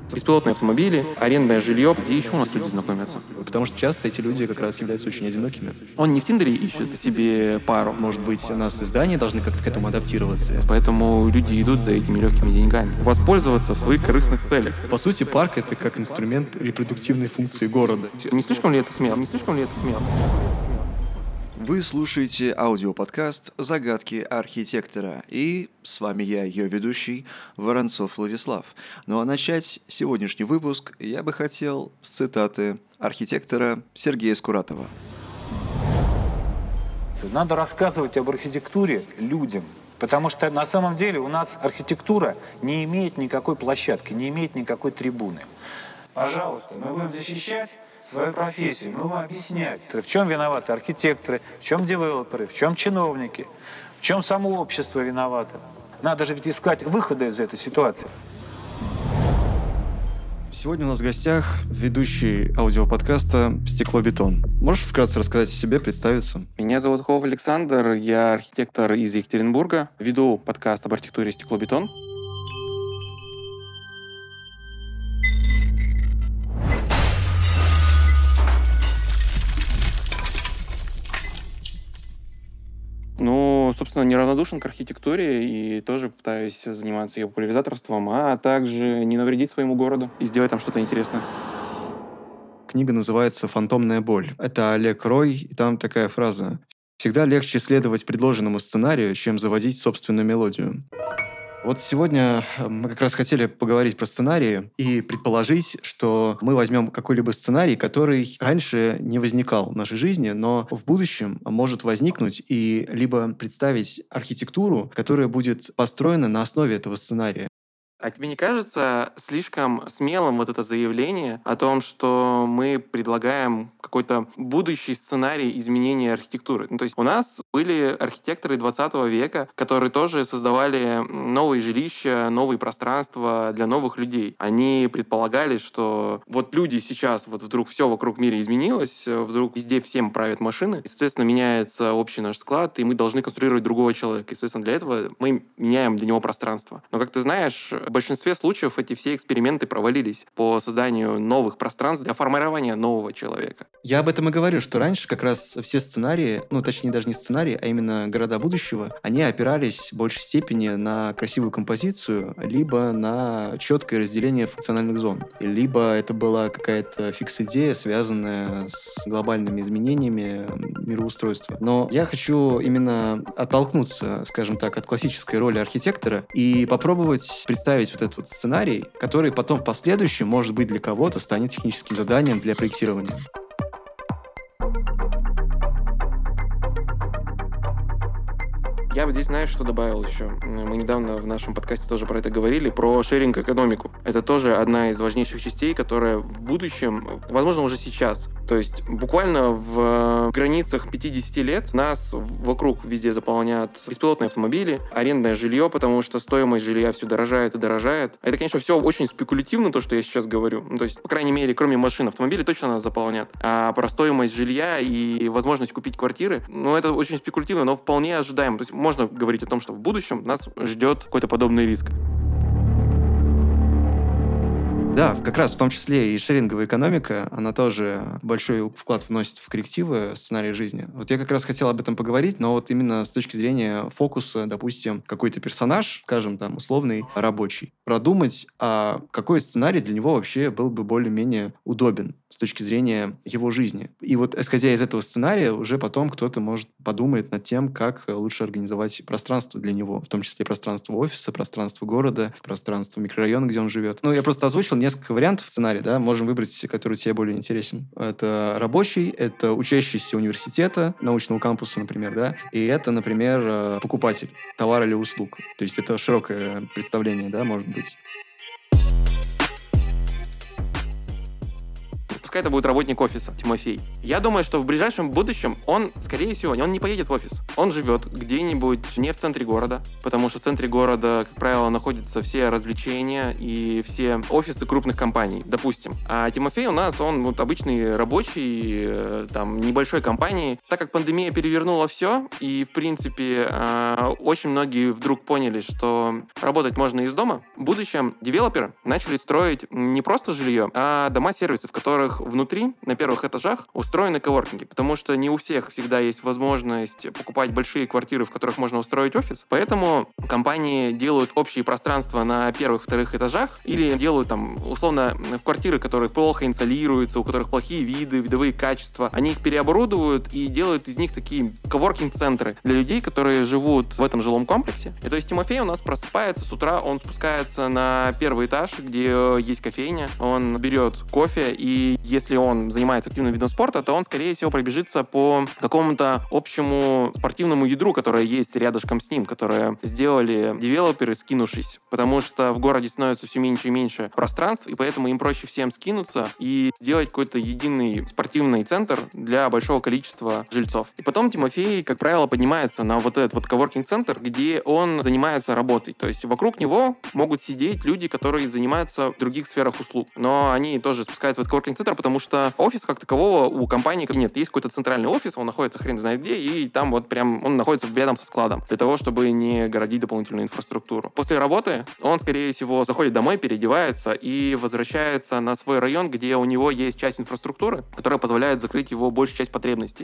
Беспилотные автомобили, арендное жилье. Где еще у нас люди знакомятся? Потому что часто эти люди как раз являются очень одинокими. Он не в Тиндере ищет себе пару. Может быть, у нас издания должны как-то к этому адаптироваться. Поэтому люди идут за этими легкими деньгами. Воспользоваться в своих корыстных целях. По сути, парк — это как инструмент репродуктивной функции города. Не слишком ли это смело? Не слишком ли это смело? Вы слушаете аудиоподкаст «Загадки архитектора». И с вами я, ее ведущий, Воронцов Владислав. Ну а начать сегодняшний выпуск я бы хотел с цитаты архитектора Сергея Скуратова. Надо рассказывать об архитектуре людям, потому что на самом деле у нас архитектура не имеет никакой площадки, не имеет никакой трибуны. Пожалуйста, мы будем защищать свою профессию, мы будем объяснять, в чем виноваты архитекторы, в чем девелоперы, в чем чиновники, в чем само общество виновато. Надо же ведь искать выходы из этой ситуации. Сегодня у нас в гостях ведущий аудиоподкаста «Стеклобетон». Можешь вкратце рассказать о себе, представиться? Меня зовут Хов Александр, я архитектор из Екатеринбурга, веду подкаст об архитектуре «Стеклобетон». Собственно, неравнодушен к архитектуре и тоже пытаюсь заниматься ее популяризаторством, а также не навредить своему городу и сделать там что-то интересное. Книга называется «Фантомная боль». Это Олег Рой, и там такая фраза: «Всегда легче следовать предложенному сценарию, чем заводить собственную мелодию». Вот сегодня мы как раз хотели поговорить про сценарии и предположить, что мы возьмем какой-либо сценарий, который раньше не возникал в нашей жизни, но в будущем может возникнуть, и либо представить архитектуру, которая будет построена на основе этого сценария. А тебе не кажется слишком смелым вот это заявление о том, что мы предлагаем какой-то будущий сценарий изменения архитектуры? То есть у нас были архитекторы 20 века, которые тоже создавали новые жилища, новые пространства для новых людей. Они предполагали, что вот люди сейчас, вот вдруг все вокруг мира изменилось, вдруг везде всем правят машины, и, соответственно, меняется общий наш склад, и мы должны конструировать другого человека. И, соответственно, для этого мы меняем для него пространство. Но, как ты знаешь, в большинстве случаев эти все эксперименты провалились по созданию новых пространств для формирования нового человека. Я об этом и говорю, что раньше как раз все сценарии, точнее даже не сценарии, а именно города будущего, они опирались в большей степени на красивую композицию, либо на четкое разделение функциональных зон. Либо это была какая-то фикс-идея, связанная с глобальными изменениями мироустройства. Но я хочу именно оттолкнуться, скажем так, от классической роли архитектора и попробовать представить вот этот вот сценарий, который потом в последующем, может быть, для кого-то станет техническим заданием для проектирования. Я бы здесь, знаешь, что добавил еще? Мы недавно в нашем подкасте тоже про это говорили, про шеринг-экономику. Это тоже одна из важнейших частей, которая в будущем, возможно, уже сейчас. То есть буквально в границах 50 лет нас вокруг везде заполнят беспилотные автомобили, арендное жилье, потому что стоимость жилья все дорожает и дорожает. Это, конечно, все очень спекулятивно, то, что я сейчас говорю. То есть, по крайней мере, кроме машин, автомобили точно нас заполнят. А про стоимость жилья и возможность купить квартиры, это очень спекулятивно, но вполне ожидаемо. То есть можно говорить о том, что в будущем нас ждет какой-то подобный риск. Да, как раз в том числе и шеринговая экономика, она тоже большой вклад вносит в коррективы сценария жизни. Вот я как раз хотел об этом поговорить, но вот именно с точки зрения фокуса, допустим, какой-то персонаж, скажем, там, условный рабочий, продумать, а какой сценарий для него вообще был бы более-менее удобен с точки зрения его жизни. И вот, исходя из этого сценария, уже потом кто-то, может, подумает над тем, как лучше организовать пространство для него, в том числе пространство офиса, пространство города, пространство микрорайона, где он живет. Я просто озвучил несколько вариантов сценария, да, можем выбрать, который тебе более интересен. Это рабочий, это учащийся университета, научного кампуса, например, да, и это, например, покупатель товара или услуг. То есть это широкое представление, да, может быть. пускай это будет работник офиса, Тимофей. Я думаю, что в ближайшем будущем он, скорее всего, он не поедет в офис. Он живет где-нибудь не в центре города, потому что в центре города, как правило, находятся все развлечения и все офисы крупных компаний, допустим. А Тимофей у нас, он вот обычный рабочий, там, небольшой компании. Так как пандемия перевернула все, и, в принципе, очень многие вдруг поняли, что работать можно из дома, в будущем девелоперы начали строить не просто жилье, а дома-сервисы, в которых внутри, на первых этажах, устроены коворкинги, потому что не у всех всегда есть возможность покупать большие квартиры, в которых можно устроить офис, поэтому компании делают общие пространства на первых-вторых этажах или делают там, условно, квартиры, которые плохо инсолируются, у которых плохие виды, видовые качества, они их переоборудуют и делают из них такие коворкинг-центры для людей, которые живут в этом жилом комплексе. И то есть Тимофей у нас просыпается с утра, он спускается на первый этаж, где есть кофейня, он берет кофе, и если он занимается активным видом спорта, то он, скорее всего, пробежится по какому-то общему спортивному ядру, которое есть рядышком с ним, которое сделали девелоперы, скинувшись, потому что в городе становится все меньше и меньше пространств, и поэтому им проще всем скинуться и сделать какой-то единый спортивный центр для большого количества жильцов. И потом Тимофей, как правило, поднимается на вот этот вот коворкинг-центр, где он занимается работой. То есть вокруг него могут сидеть люди, которые занимаются в других сферах услуг. Но они тоже спускаются в этот коворкинг-центр, потому что офис как такового у компании нет. Есть какой-то центральный офис, он находится хрен знает где, и там вот прям он находится рядом со складом, для того, чтобы не городить дополнительную инфраструктуру. После работы он, скорее всего, заходит домой, переодевается и возвращается на свой район, где у него есть часть инфраструктуры, которая позволяет закрыть его большую часть потребностей.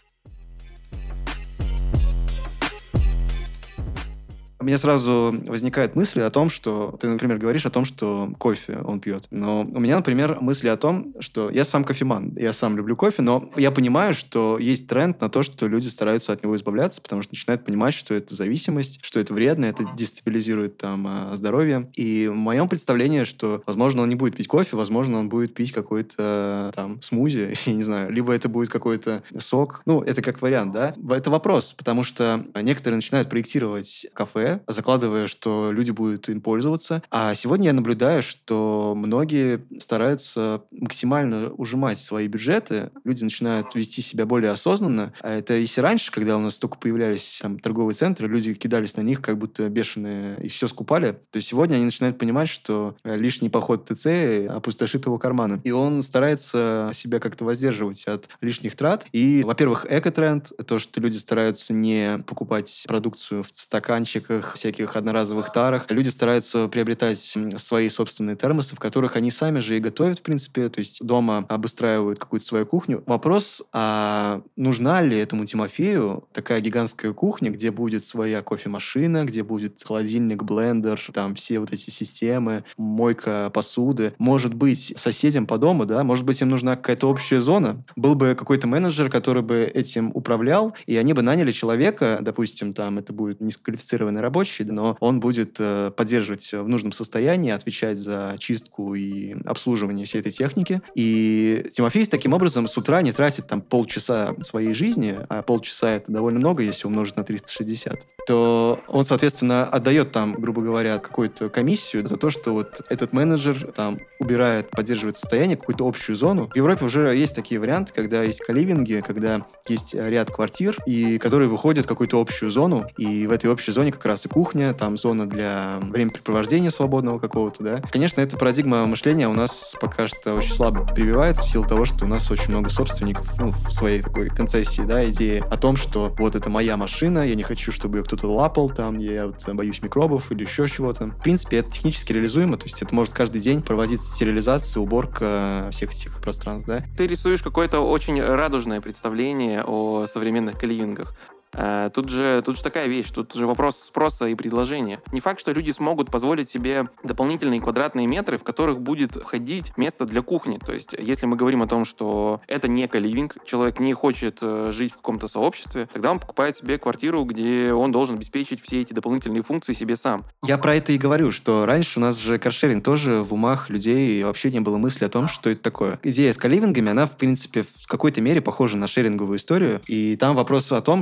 У меня сразу возникает мысль о том, что ты, например, говоришь о том, что кофе он пьет. Но у меня, например, мысли о том, что я сам кофеман, я сам люблю кофе, но я понимаю, что есть тренд на то, что люди стараются от него избавляться, потому что начинают понимать, что это зависимость, что это вредно, это дестабилизирует там здоровье. И в моем представлении, что, возможно, он не будет пить кофе, возможно, он будет пить какой-то там смузи, я не знаю, либо это будет какой-то сок. Ну, это как вариант, да? Это вопрос, потому что некоторые начинают проектировать кафе, закладывая, что люди будут им пользоваться. А сегодня я наблюдаю, что многие стараются максимально ужимать свои бюджеты. Люди начинают вести себя более осознанно. А это если раньше, когда у нас только появлялись там торговые центры, люди кидались на них как будто бешеные и все скупали, то сегодня они начинают понимать, что лишний поход в ТЦ опустошит его карманы. И он старается себя как-то воздерживать от лишних трат. И, во-первых, экотренд, то, что люди стараются не покупать продукцию в стаканчиках, всяких одноразовых тарах. Люди стараются приобретать свои собственные термосы, в которых они сами же и готовят, в принципе, то есть дома обустраивают какую-то свою кухню. Вопрос, а нужна ли этому Тимофею такая гигантская кухня, где будет своя кофемашина, где будет холодильник, блендер, там все вот эти системы, мойка посуды. Может быть, соседям по дому, да, может быть, им нужна какая-то общая зона. Был бы какой-то менеджер, который бы этим управлял, и они бы наняли человека, допустим, там это будет низкоквалифицированный рабочий, но он будет поддерживать в нужном состоянии, отвечать за чистку и обслуживание всей этой техники. И Тимофей таким образом с утра не тратит там полчаса своей жизни, а полчаса это довольно много, если умножить на 360, то он, соответственно, отдает там, грубо говоря, какую-то комиссию за то, что вот этот менеджер там убирает, поддерживает состояние, какую-то общую зону. В Европе уже есть такие варианты, когда есть коливинги, когда есть ряд квартир, и которые выходят в какую-то общую зону, и в этой общей зоне как раз и кухня, там зона для времяпрепровождения свободного какого-то, да. Конечно, эта парадигма мышления у нас пока что очень слабо прививается в силу того, что у нас очень много собственников, ну, в своей такой концессии, да, идеи о том, что вот это моя машина, я не хочу, чтобы ее кто-то лапал там, я вот боюсь микробов или еще чего-то. В принципе, это технически реализуемо, то есть это может каждый день проводиться стерилизация, уборка всех этих пространств, да. Ты рисуешь какое-то очень радужное представление о современных коливингах. Тут же такая вещь, тут же вопрос спроса и предложения. Не факт, что люди смогут позволить себе дополнительные квадратные метры, в которых будет входить место для кухни. То есть, если мы говорим о том, что это не коливинг, человек не хочет жить в каком-то сообществе, тогда он покупает себе квартиру, где он должен обеспечить все эти дополнительные функции себе сам. Я про это и говорю, что раньше у нас же каршеринг тоже в умах людей вообще не было мысли о том, что это такое. Идея с коливингами, она, в принципе, в какой-то мере похожа на шеринговую историю. И там вопрос о том, что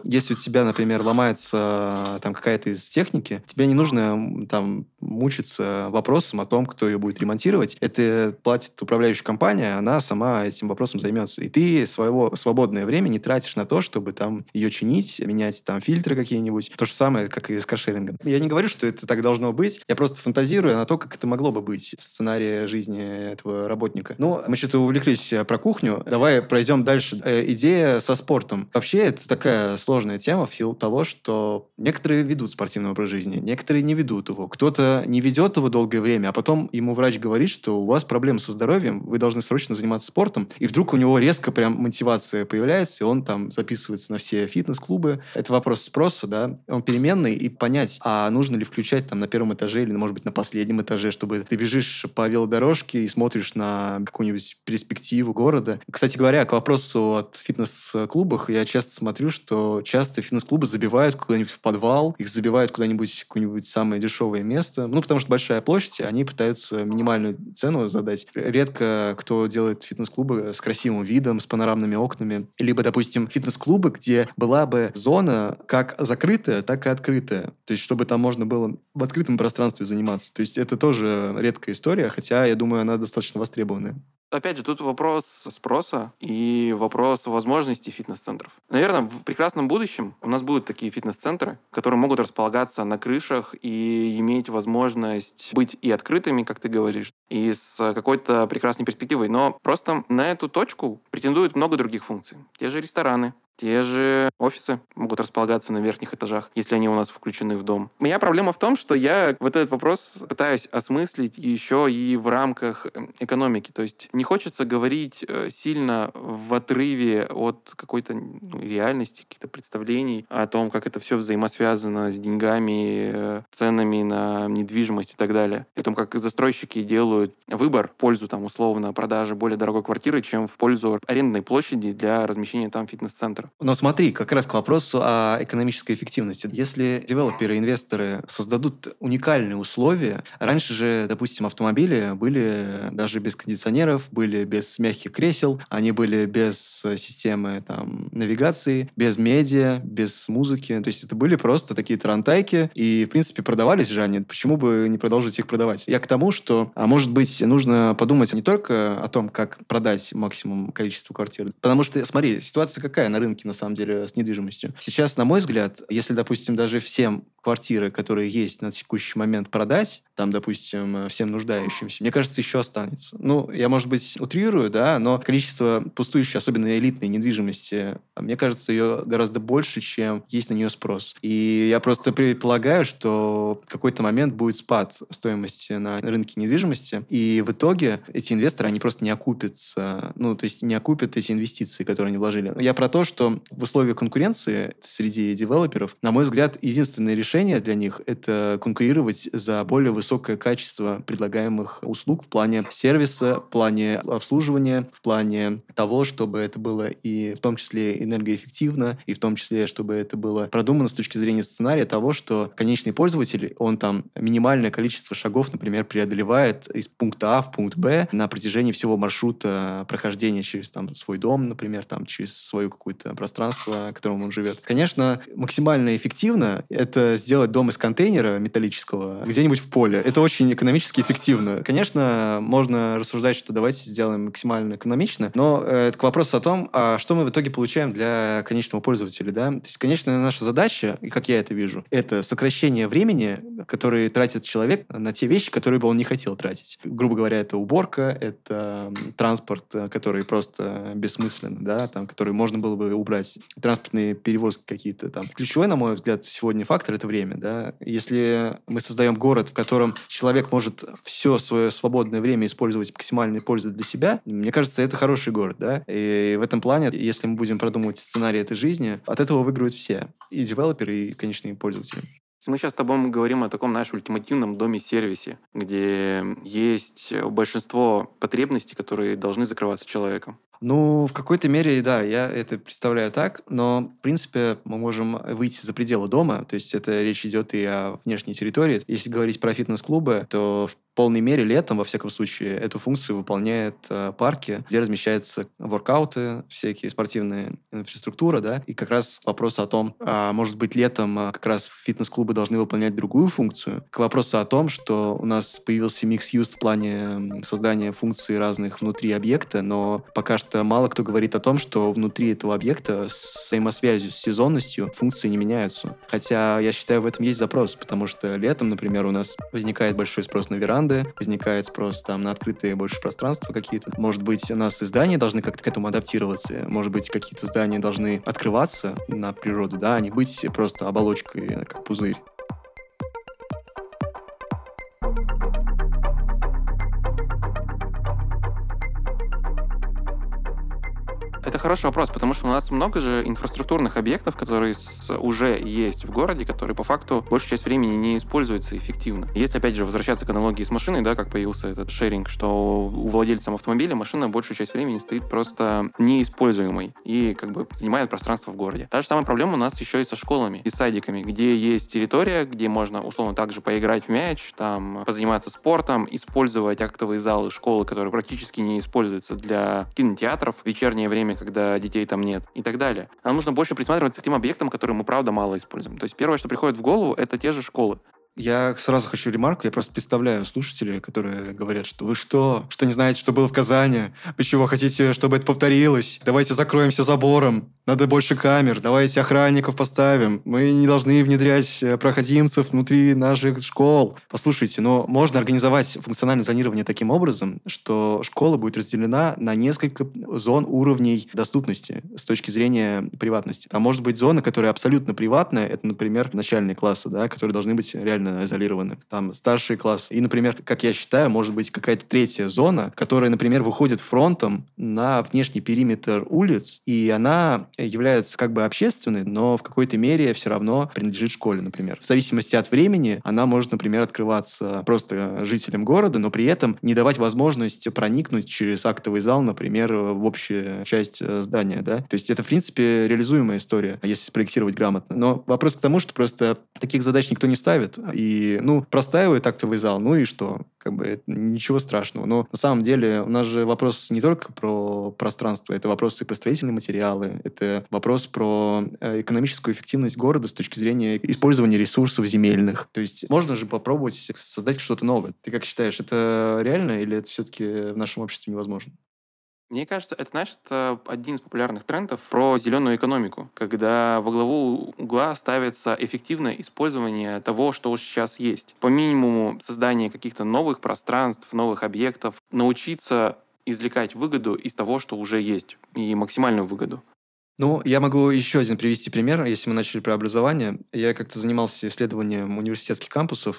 если у тебя, например, ломается там какая-то из техники, тебе не нужно там мучиться вопросом о том, кто ее будет ремонтировать. Это платит управляющая компания, она сама этим вопросом займется. И ты своего свободное время не тратишь на то, чтобы там ее чинить, менять там фильтры какие-нибудь. То же самое, как и с каршерингом. Я не говорю, что это так должно быть. Я просто фантазирую на то, как это могло бы быть в сценарии жизни этого работника. Ну, мы что-то увлеклись про кухню. Давай пройдем дальше. Идея со спортом. Вообще, это такая сложная тема в силу того, что некоторые ведут спортивный образ жизни, некоторые не ведут его. Кто-то не ведет его долгое время, а потом ему врач говорит, что у вас проблемы со здоровьем, вы должны срочно заниматься спортом, и вдруг у него резко прям мотивация появляется, и он там записывается на все фитнес-клубы. Это вопрос спроса, да, он переменный, и понять, а нужно ли включать там на первом этаже или, может быть, на последнем этаже, чтобы ты бежишь по велодорожке и смотришь на какую-нибудь перспективу города. Кстати говоря, к вопросу от фитнес-клубах, я часто смотрю, что часто фитнес-клубы забивают куда-нибудь в подвал, их забивают куда-нибудь в какое-нибудь самое дешевое место, ну, потому что большая площадь, и они пытаются минимальную цену задать. Редко кто делает фитнес-клубы с красивым видом, с панорамными окнами. Либо, допустим, фитнес-клубы, где была бы зона как закрытая, так и открытая. То есть, чтобы там можно было в открытом пространстве заниматься. То есть, это тоже редкая история, хотя, я думаю, она достаточно востребованная. Опять же, тут вопрос спроса и вопрос возможностей фитнес-центров. Наверное, в прекрасном будущем у нас будут такие фитнес-центры, которые могут располагаться на крышах и иметь возможность быть и открытыми, как ты говоришь, и с какой-то прекрасной перспективой. Но просто на эту точку претендует много других функций. Те же рестораны, те же офисы могут располагаться на верхних этажах, если они у нас включены в дом. Моя проблема в том, что я вот этот вопрос пытаюсь осмыслить еще и в рамках экономики. То есть не хочется говорить сильно в отрыве от какой-то реальности, каких-то представлений о том, как это все взаимосвязано с деньгами, ценами на недвижимость и так далее. О том, как застройщики делают выбор в пользу, там, условно, продажи более дорогой квартиры, чем в пользу арендной площади для размещения там фитнес-центра. Но смотри, как раз к вопросу о экономической эффективности. Если девелоперы, инвесторы создадут уникальные условия, раньше же, допустим, автомобили были даже без кондиционеров, были без мягких кресел, они были без системы там, навигации, без медиа, без музыки. То есть это были просто такие тарантайки, и, в принципе, продавались же они. Почему бы не продолжить их продавать? Я к тому, что, может быть, нужно подумать не только о том, как продать максимум количества квартир. Потому что, смотри, ситуация какая на рынке, на самом деле, с недвижимостью. Сейчас, на мой взгляд, если, допустим, даже всем квартиры, которые есть на текущий момент, продать, там, допустим, всем нуждающимся, мне кажется, еще останется. Ну, я, может быть, утрирую, да, но количество пустующей, особенно элитной недвижимости, мне кажется, ее гораздо больше, чем есть на нее спрос. И я просто предполагаю, что в какой-то момент будет спад стоимости на рынке недвижимости, и в итоге эти инвесторы, они просто не окупятся, ну, то есть не окупят эти инвестиции, которые они вложили. Я про то, что в условиях конкуренции среди девелоперов, на мой взгляд, единственное решение для них – это конкурировать за более высокое качество предлагаемых услуг в плане сервиса, в плане обслуживания, в плане того, чтобы это было и в том числе энергоэффективно, и в том числе, чтобы это было продумано с точки зрения сценария того, что конечный пользователь, он там минимальное количество шагов, например, преодолевает из пункта А в пункт Б на протяжении всего маршрута прохождения через там свой дом, например, там через свое какое-то пространство, в котором он живет. Конечно, максимально эффективно это сделать дом из контейнера металлического где-нибудь в поле. Это очень экономически эффективно. Конечно, можно рассуждать, что давайте сделаем максимально экономично, но это к вопросу о том, а что мы в итоге получаем для конечного пользователя, да? То есть, конечно, наша задача, и как я это вижу, это сокращение времени, которое тратит человек на те вещи, которые бы он не хотел тратить. Грубо говоря, это уборка, это транспорт, который просто бессмысленно, да, там, который можно было бы убрать, транспортные перевозки какие-то там. Ключевой, на мой взгляд, сегодня фактор – это время, да. Если мы создаем город, в котором человек может все свое свободное время использовать максимальной пользой для себя, мне кажется, это хороший город, да. И в этом плане, если мы будем продумывать сценарий этой жизни, от этого выиграют все. И девелоперы, и конечные пользователи. Мы сейчас с тобой говорим о таком, знаешь, ультимативном доме-сервисе, где есть большинство потребностей, которые должны закрываться человеком. Ну, в какой-то мере, да, я это представляю так, но, в принципе, мы можем выйти за пределы дома, то есть это речь идет и о внешней территории. Если говорить про фитнес-клубы, то, в полной мере летом, во всяком случае, эту функцию выполняет парки, где размещаются воркауты, всякие спортивные инфраструктура, да, и как раз к вопросу о том, может быть, летом как раз фитнес-клубы должны выполнять другую функцию, к вопросу о том, что у нас появился микс-юз в плане создания функций разных внутри объекта, но пока что мало кто говорит о том, что внутри этого объекта с взаимосвязью с сезонностью функции не меняются. Хотя я считаю, в этом есть запрос, потому что летом, например, у нас возникает большой спрос на веранды, возникает спрос там на открытые больше пространства какие-то. Может быть, у нас и здания должны как-то к этому адаптироваться, может быть, какие-то здания должны открываться на природу, да, а не быть просто оболочкой, как пузырь. Это хороший вопрос, потому что у нас много же инфраструктурных объектов, которые уже есть в городе, которые по факту большую часть времени не используются эффективно. Если, опять же, возвращаться к аналогии с машиной, да, как появился этот шеринг, что у владельца автомобиля машина большую часть времени стоит просто неиспользуемой и как бы занимает пространство в городе. Та же самая проблема у нас еще и со школами и садиками, где есть территория, где можно условно также поиграть в мяч, там, позаниматься спортом, использовать актовые залы школы, которые практически не используются для кинотеатров в вечернее время, когда детей там нет, и так далее. Нам нужно больше присматриваться к тем объектам, которые мы, правда, мало используем. То есть первое, что приходит в голову, это те же школы. Я сразу хочу ремарку. Я просто представляю слушателей, которые говорят, что вы что не знаете, что было в Казани? Вы чего, хотите, чтобы это повторилось? Давайте закроемся забором. Надо больше камер. Давайте охранников поставим. Мы не должны внедрять проходимцев внутри наших школ. Послушайте, но можно организовать функциональное зонирование таким образом, что школа будет разделена на несколько зон уровней доступности с точки зрения приватности. Там может быть зона, которая абсолютно приватная. Это, например, начальные классы, да, которые должны быть реально изолированы. Там старшие классы. И, например, как я считаю, может быть какая-то третья зона, которая, например, выходит фронтом на внешний периметр улиц, и она является как бы общественной, но в какой-то мере все равно принадлежит школе, например. В зависимости от времени она может, например, открываться просто жителям города, но при этом не давать возможность проникнуть через актовый зал, например, в общую часть здания, да. То есть это, в принципе, реализуемая история, если спроектировать грамотно. Но вопрос к тому, что просто таких задач никто не ставит, и, простаивает актовый зал, и что? Как бы это ничего страшного. Но на самом деле у нас же вопрос не только про пространство, это вопрос и про строительные материалы, это вопрос про экономическую эффективность города с точки зрения использования ресурсов земельных. То есть можно же попробовать создать что-то новое. Ты как считаешь, это реально или это все-таки в нашем обществе невозможно? Мне кажется, это, знаешь, это один из популярных трендов про зеленую экономику, когда во главу угла ставится эффективное использование того, что уже сейчас есть. По минимуму создания каких-то новых пространств, новых объектов, научиться извлекать выгоду из того, что уже есть, и максимальную выгоду. Я могу еще один привести пример, если мы начали про образование. Я как-то занимался исследованием университетских кампусов,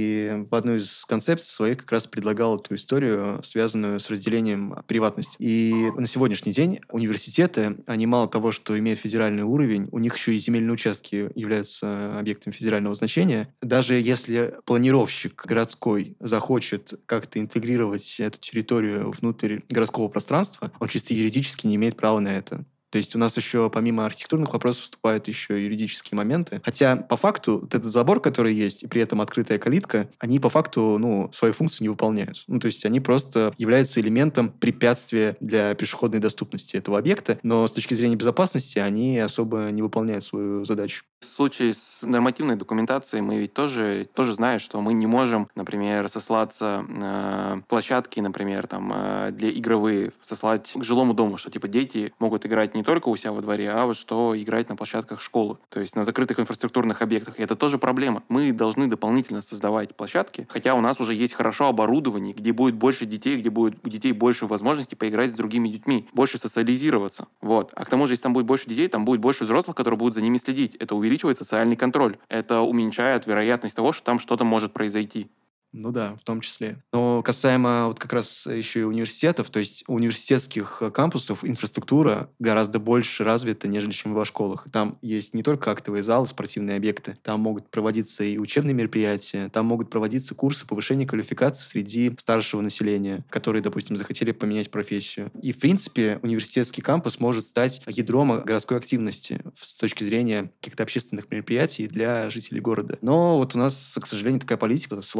и в одной из концепций своих как раз предлагал эту историю, связанную с разделением приватности. И на сегодняшний день университеты, они мало того, что имеют федеральный уровень, у них еще и земельные участки являются объектом федерального значения. Даже если планировщик городской захочет как-то интегрировать эту территорию внутрь городского пространства, он чисто юридически не имеет права на это. То есть у нас еще помимо архитектурных вопросов вступают еще юридические моменты. Хотя по факту вот этот забор, который есть, и при этом открытая калитка, они по факту свою функцию не выполняют. То есть они просто являются элементом препятствия для пешеходной доступности этого объекта, но с точки зрения безопасности они особо не выполняют свою задачу. В случае с нормативной документацией мы ведь тоже знаем, что мы не можем, например, сослаться на площадки, например, для игровые, сослать к жилому дому, что типа дети могут играть не только у себя во дворе, а вот что играть на площадках школы, то есть на закрытых инфраструктурных объектах. И это тоже проблема. Мы должны дополнительно создавать площадки, хотя у нас уже есть хорошо оборудование, где будет больше детей, где будет у детей больше возможностей поиграть с другими детьми, больше социализироваться. Вот. А к тому же, если там будет больше детей, там будет больше взрослых, которые будут за ними следить. Это увеличивает социальный контроль. Это уменьшает вероятность того, что там что-то может произойти. Да, в том числе. Но касаемо вот как раз еще и университетов, то есть у университетских кампусов инфраструктура гораздо больше развита, нежели чем во школах. Там есть не только актовые залы, спортивные объекты, там могут проводиться и учебные мероприятия, там могут проводиться курсы повышения квалификации среди старшего населения, которые, допустим, захотели поменять профессию. И, в принципе, университетский кампус может стать ядром городской активности с точки зрения каких-то общественных мероприятий для жителей города. Но вот у нас, к сожалению, такая политика ссылается на безопасность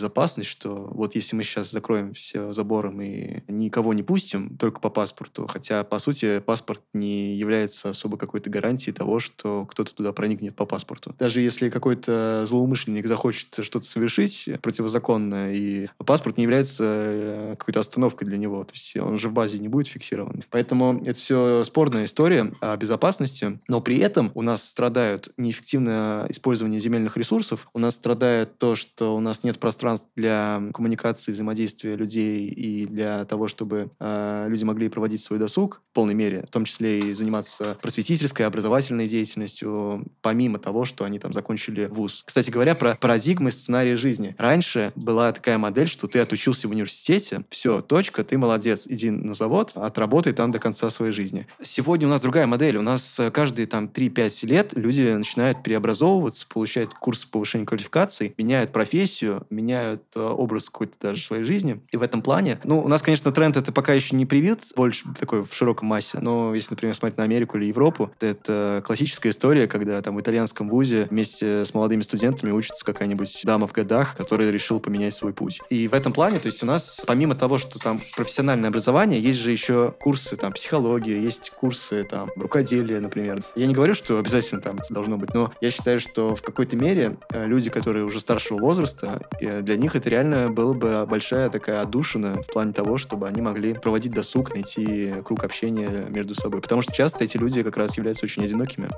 безопасность, что вот если мы сейчас закроем все забором и никого не пустим, только по паспорту, хотя, по сути, паспорт не является особо какой-то гарантией того, что кто-то туда проникнет по паспорту. Даже если какой-то злоумышленник захочет что-то совершить противозаконное, и паспорт не является какой-то остановкой для него, то есть он же в базе не будет фиксирован. Поэтому это все спорная история о безопасности, но при этом у нас страдают неэффективное использование земельных ресурсов, у нас страдает то, что у нас нет пространств для коммуникации, взаимодействия людей и для того, чтобы люди могли проводить свой досуг в полной мере, в том числе и заниматься просветительской, образовательной деятельностью, помимо того, что они там закончили вуз. Кстати говоря, про парадигмы сценария жизни. Раньше была такая модель, что ты отучился в университете, все, точка, ты молодец, иди на завод, отработай там до конца своей жизни. Сегодня у нас другая модель. У нас каждые там 3-5 лет люди начинают переобразовываться, получают курсы повышения квалификации, меняют профессию, меняют образ какой-то даже своей жизни. И в этом плане, у нас, конечно, тренд это пока еще не привит больше такой в широком массе, но если, например, смотреть на Америку или Европу, то это классическая история, когда там в итальянском вузе вместе с молодыми студентами учится какая-нибудь дама в годах, которая решила поменять свой путь. И в этом плане, то есть у нас, помимо того, что там профессиональное образование, есть же еще курсы там психологии, есть курсы там рукоделия, например. Я не говорю, что обязательно там это должно быть, но я считаю, что в какой-то мере люди, которые уже старшего возраста, для них это реально была бы большая такая отдушина в плане того, чтобы они могли проводить досуг, найти круг общения между собой. Потому что часто эти люди как раз являются очень одинокими.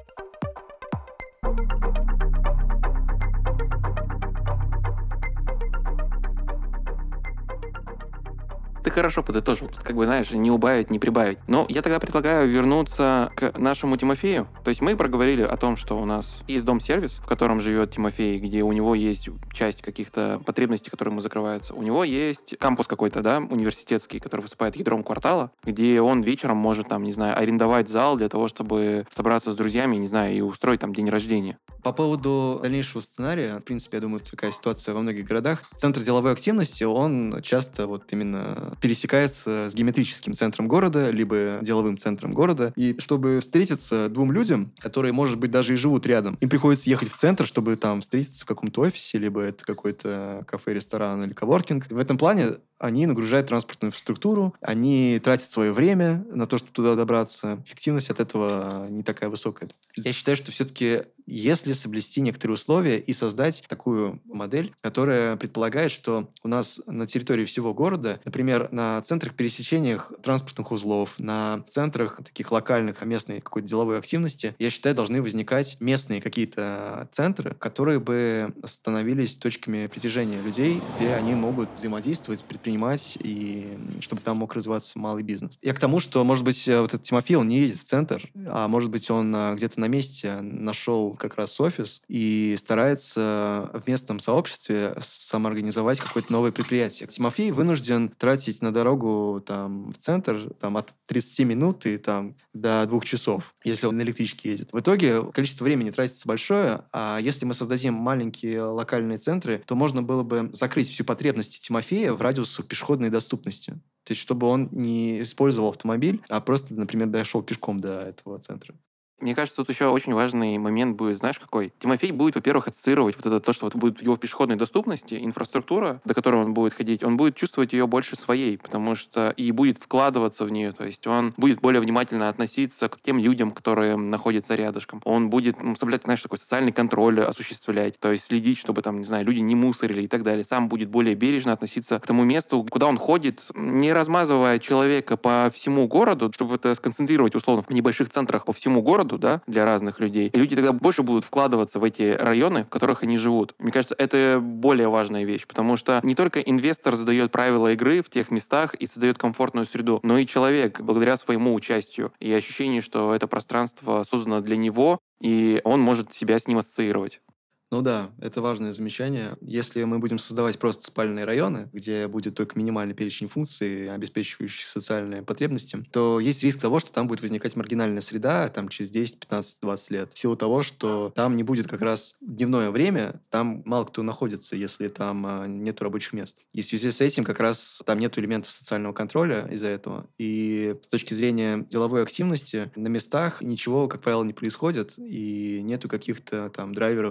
Ты хорошо подытожил. Тут, знаешь, не убавить, не прибавить. Но я тогда предлагаю вернуться к нашему Тимофею. То есть мы проговорили о том, что у нас есть дом-сервис, в котором живет Тимофей, где у него есть часть каких-то потребностей, которые ему закрываются. У него есть кампус какой-то, да, университетский, который выступает ядром квартала, где он вечером может, там, не знаю, арендовать зал для того, чтобы собраться с друзьями, не знаю, и устроить там день рождения. По поводу дальнейшего сценария, в принципе, я думаю, такая ситуация во многих городах. Центр деловой активности, он часто вот именно пересекается с геометрическим центром города, либо деловым центром города. И чтобы встретиться двум людям, которые, может быть, даже и живут рядом, им приходится ехать в центр, чтобы там встретиться в каком-то офисе, либо это какой-то кафе, ресторан или коворкинг. В этом плане они нагружают транспортную инфраструктуру, они тратят свое время на то, чтобы туда добраться. Эффективность от этого не такая высокая. Я считаю, что все-таки если соблюсти некоторые условия и создать такую модель, которая предполагает, что у нас на территории всего города, например, на центрах пересечениях транспортных узлов, на центрах таких локальных, местной какой-то деловой активности, я считаю, должны возникать местные какие-то центры, которые бы становились точками притяжения людей, где они могут взаимодействовать, предпринимать, и чтобы там мог развиваться малый бизнес. Я к тому, что, может быть, вот этот Тимофей, он не едет в центр, а может быть, он где-то на месте нашел как раз офис и старается в местном сообществе самоорганизовать какое-то новое предприятие. Тимофей вынужден тратить на дорогу там, в центр от 30 минут и там, до 2 часов, если он на электричке едет. В итоге количество времени тратится большое, а если мы создадим маленькие локальные центры, то можно было бы закрыть всю потребность Тимофея в радиусах пешеходной доступности. То есть, чтобы он не использовал автомобиль, а просто, например, дошел пешком до этого центра. Мне кажется, тут еще очень важный момент будет, знаешь, какой? Тимофей будет, во-первых, ассоциировать вот это то, что вот будет в его пешеходной доступности, инфраструктура, до которой он будет ходить, он будет чувствовать ее больше своей, потому что и будет вкладываться в нее, то есть он будет более внимательно относиться к тем людям, которые находятся рядышком. Он будет соблюдать, знаешь, такой социальный контроль осуществлять, то есть следить, чтобы там, не знаю, люди не мусорили и так далее. Сам будет более бережно относиться к тому месту, куда он ходит, не размазывая человека по всему городу, чтобы это сконцентрировать, условно, в небольших центрах по всему городу, да, для разных людей. И люди тогда больше будут вкладываться в эти районы, в которых они живут. Мне кажется, это более важная вещь, потому что не только инвестор задает правила игры в тех местах и создает комфортную среду, но и человек, благодаря своему участию и ощущению, что это пространство создано для него, и он может себя с ним ассоциировать. Ну да, это важное замечание. Если мы будем создавать просто спальные районы, где будет только минимальный перечень функций, обеспечивающих социальные потребности, то есть риск того, что там будет возникать маргинальная среда там, через 10, 15, 20 лет. В силу того, что там не будет как раз дневное время, там мало кто находится, если там нету рабочих мест. И в связи с этим как раз там нету элементов социального контроля из-за этого. И с точки зрения деловой активности на местах ничего, как правило, не происходит, и нету каких-то там драйверов для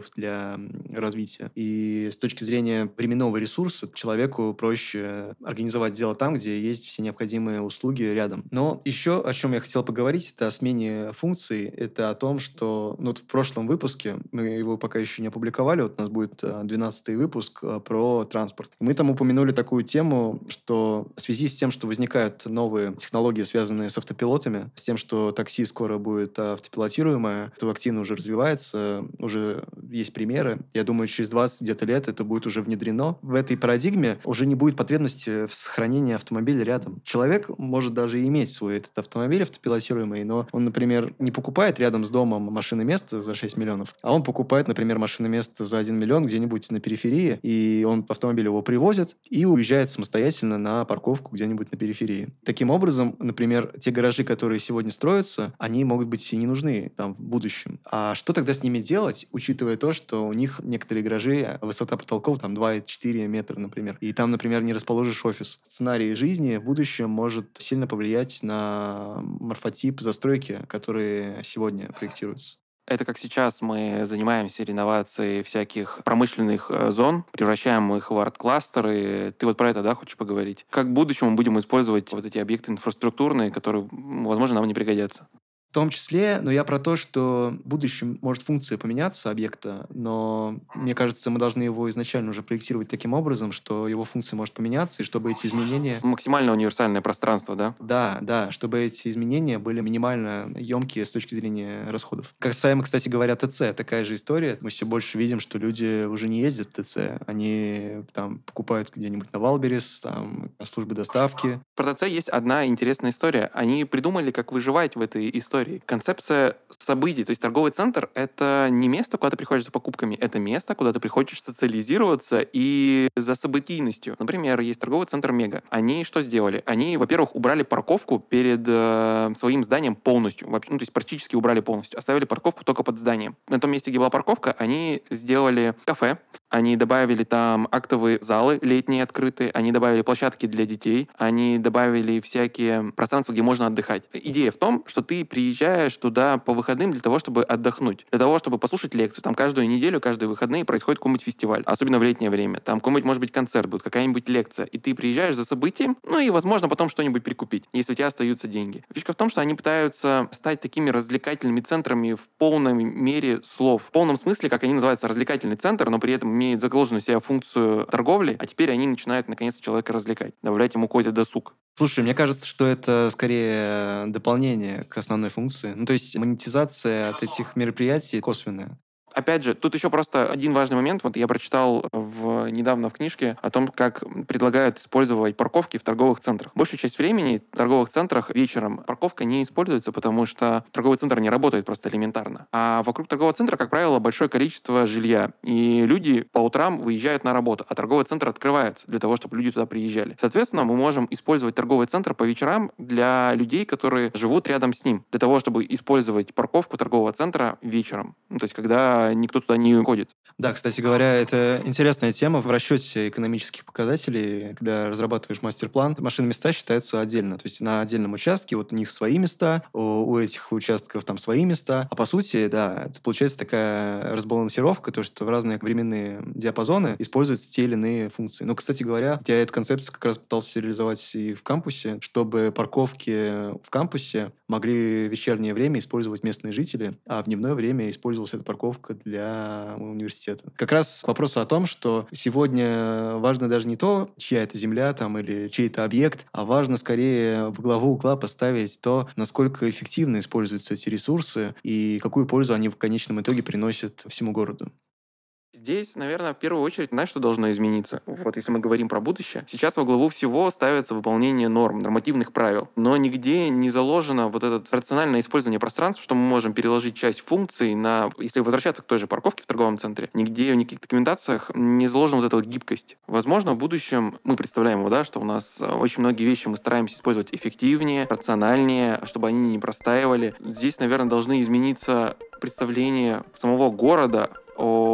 для развития. И с точки зрения временного ресурса человеку проще организовать дело там, где есть все необходимые услуги рядом. Но еще о чем я хотел поговорить, это о смене функций. Это о том, что вот в прошлом выпуске, мы его пока еще не опубликовали, вот у нас будет 12-й выпуск про транспорт. Мы там упомянули такую тему, что в связи с тем, что возникают новые технологии, связанные с автопилотами, с тем, что такси скоро будет автопилотируемое, это активно уже развивается, уже есть примеры. Я думаю, через 20 где-то лет это будет уже внедрено. В этой парадигме уже не будет потребности в сохранении автомобиля рядом. Человек может даже иметь свой этот автомобиль автопилотируемый, но он, например, не покупает рядом с домом машиноместо за 6 миллионов, а он покупает, например, машиноместо за 1 миллион где-нибудь на периферии, и он автомобиль его привозит и уезжает самостоятельно на парковку где-нибудь на периферии. Таким образом, например, те гаражи, которые сегодня строятся, они могут быть и не нужны там в будущем. А что тогда с ними делать, учитывая то, что у них некоторые гаражи, высота потолков там 2,4 метра, например, и там, например, не расположишь офис. Сценарий жизни в будущем может сильно повлиять на морфотип застройки, которые сегодня проектируются. Это как сейчас мы занимаемся реновацией всяких промышленных зон, превращаем их в арт-кластеры. Ты вот про это, да, хочешь поговорить? Как в будущем мы будем использовать вот эти объекты инфраструктурные, которые, возможно, нам не пригодятся? В том числе, но я про то, что в будущем может функция поменяться объекта, но мне кажется, мы должны его изначально уже проектировать таким образом, что его функция может поменяться, и чтобы эти изменения... Максимально универсальное пространство, да? Да, чтобы эти изменения были минимально емкие с точки зрения расходов. Касаемо, кстати говоря, ТЦ, такая же история. Мы все больше видим, что люди уже не ездят в ТЦ, они там покупают где-нибудь на Валберес, там службы доставки. Про ТЦ есть одна интересная история. Они придумали, как выживать в этой истории. Концепция событий, то есть торговый центр — это не место, куда ты приходишь за покупками, это место, куда ты приходишь социализироваться и за событийностью. Например, есть торговый центр Мега. Они что сделали? Они, во-первых, убрали парковку перед своим зданием полностью. То есть практически убрали полностью. Оставили парковку только под зданием. На том месте, где была парковка, они сделали кафе, они добавили там актовые залы летние открытые, они добавили площадки для детей, они добавили всякие пространства, где можно отдыхать. Идея в том, что ты приезжаешь туда по выходным для того, чтобы отдохнуть, для того, чтобы послушать лекцию. Там каждую неделю, каждые выходные происходит какой-нибудь фестиваль, особенно в летнее время. Там какой-нибудь, может быть, концерт будет, какая-нибудь лекция. И ты приезжаешь за событием, ну и, возможно, потом что-нибудь прикупить, если у тебя остаются деньги. Фишка в том, что они пытаются стать такими развлекательными центрами в полной мере слов. В полном смысле, как они называются, развлекательный центр, но при этом имеет заложенную в себя функцию торговли, а теперь они начинают наконец-то человека развлекать, добавлять ему какой-то досуг. Слушай, мне кажется, что это скорее дополнение к основной функции. Ну, то есть монетизация от этих мероприятий косвенная. Опять же, тут еще просто один важный момент. Вот я прочитал недавно в книжке о том, как предлагают использовать парковки в торговых центрах. Большую часть времени в торговых центрах вечером парковка не используется, потому что торговый центр не работает просто элементарно. А вокруг торгового центра, как правило, большое количество жилья. И люди по утрам выезжают на работу, а торговый центр открывается для того, чтобы люди туда приезжали. Соответственно, мы можем использовать торговый центр по вечерам для людей, которые живут рядом с ним, для того, чтобы использовать парковку торгового центра вечером. То есть, когда никто туда не ходит. Да, кстати говоря, это интересная тема в расчете экономических показателей. Когда разрабатываешь мастер-план, машины места считаются отдельно. То есть на отдельном участке вот у них свои места, у этих участков там свои места. А по сути, да, это получается такая разбалансировка, то, что в разные временные диапазоны используются те или иные функции. Но, кстати говоря, я эту концепцию как раз пытался реализовать и в кампусе, чтобы парковки в кампусе могли в вечернее время использовать местные жители, а в дневное время использовалась эта парковка для университета. Как раз к вопросу о том, что сегодня важно даже не то, чья это земля там или чей это объект, а важно скорее в главу угла поставить то, насколько эффективно используются эти ресурсы и какую пользу они в конечном итоге приносят всему городу. Здесь, наверное, в первую очередь, знаешь, что должно измениться? Вот если мы говорим про будущее. Сейчас во главу всего ставится выполнение норм, нормативных правил. Но нигде не заложено вот это рациональное использование пространства, что мы можем переложить часть функций на... Если возвращаться к той же парковке в торговом центре, нигде в никаких документациях не заложена вот эта вот гибкость. Возможно, в будущем мы представляем его, да, что у нас очень многие вещи мы стараемся использовать эффективнее, рациональнее, чтобы они не простаивали. Здесь, наверное, должны измениться представления самого города о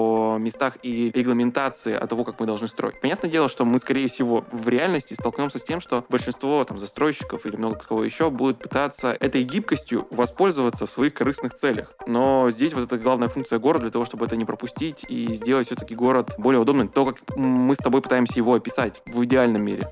местах и регламентации от того, как мы должны строить. Понятное дело, что мы, скорее всего, в реальности столкнемся с тем, что большинство застройщиков или много кого еще будет пытаться этой гибкостью воспользоваться в своих корыстных целях. Но здесь вот эта главная функция города для того, чтобы это не пропустить и сделать все-таки город более удобным. То, как мы с тобой пытаемся его описать в идеальном мире.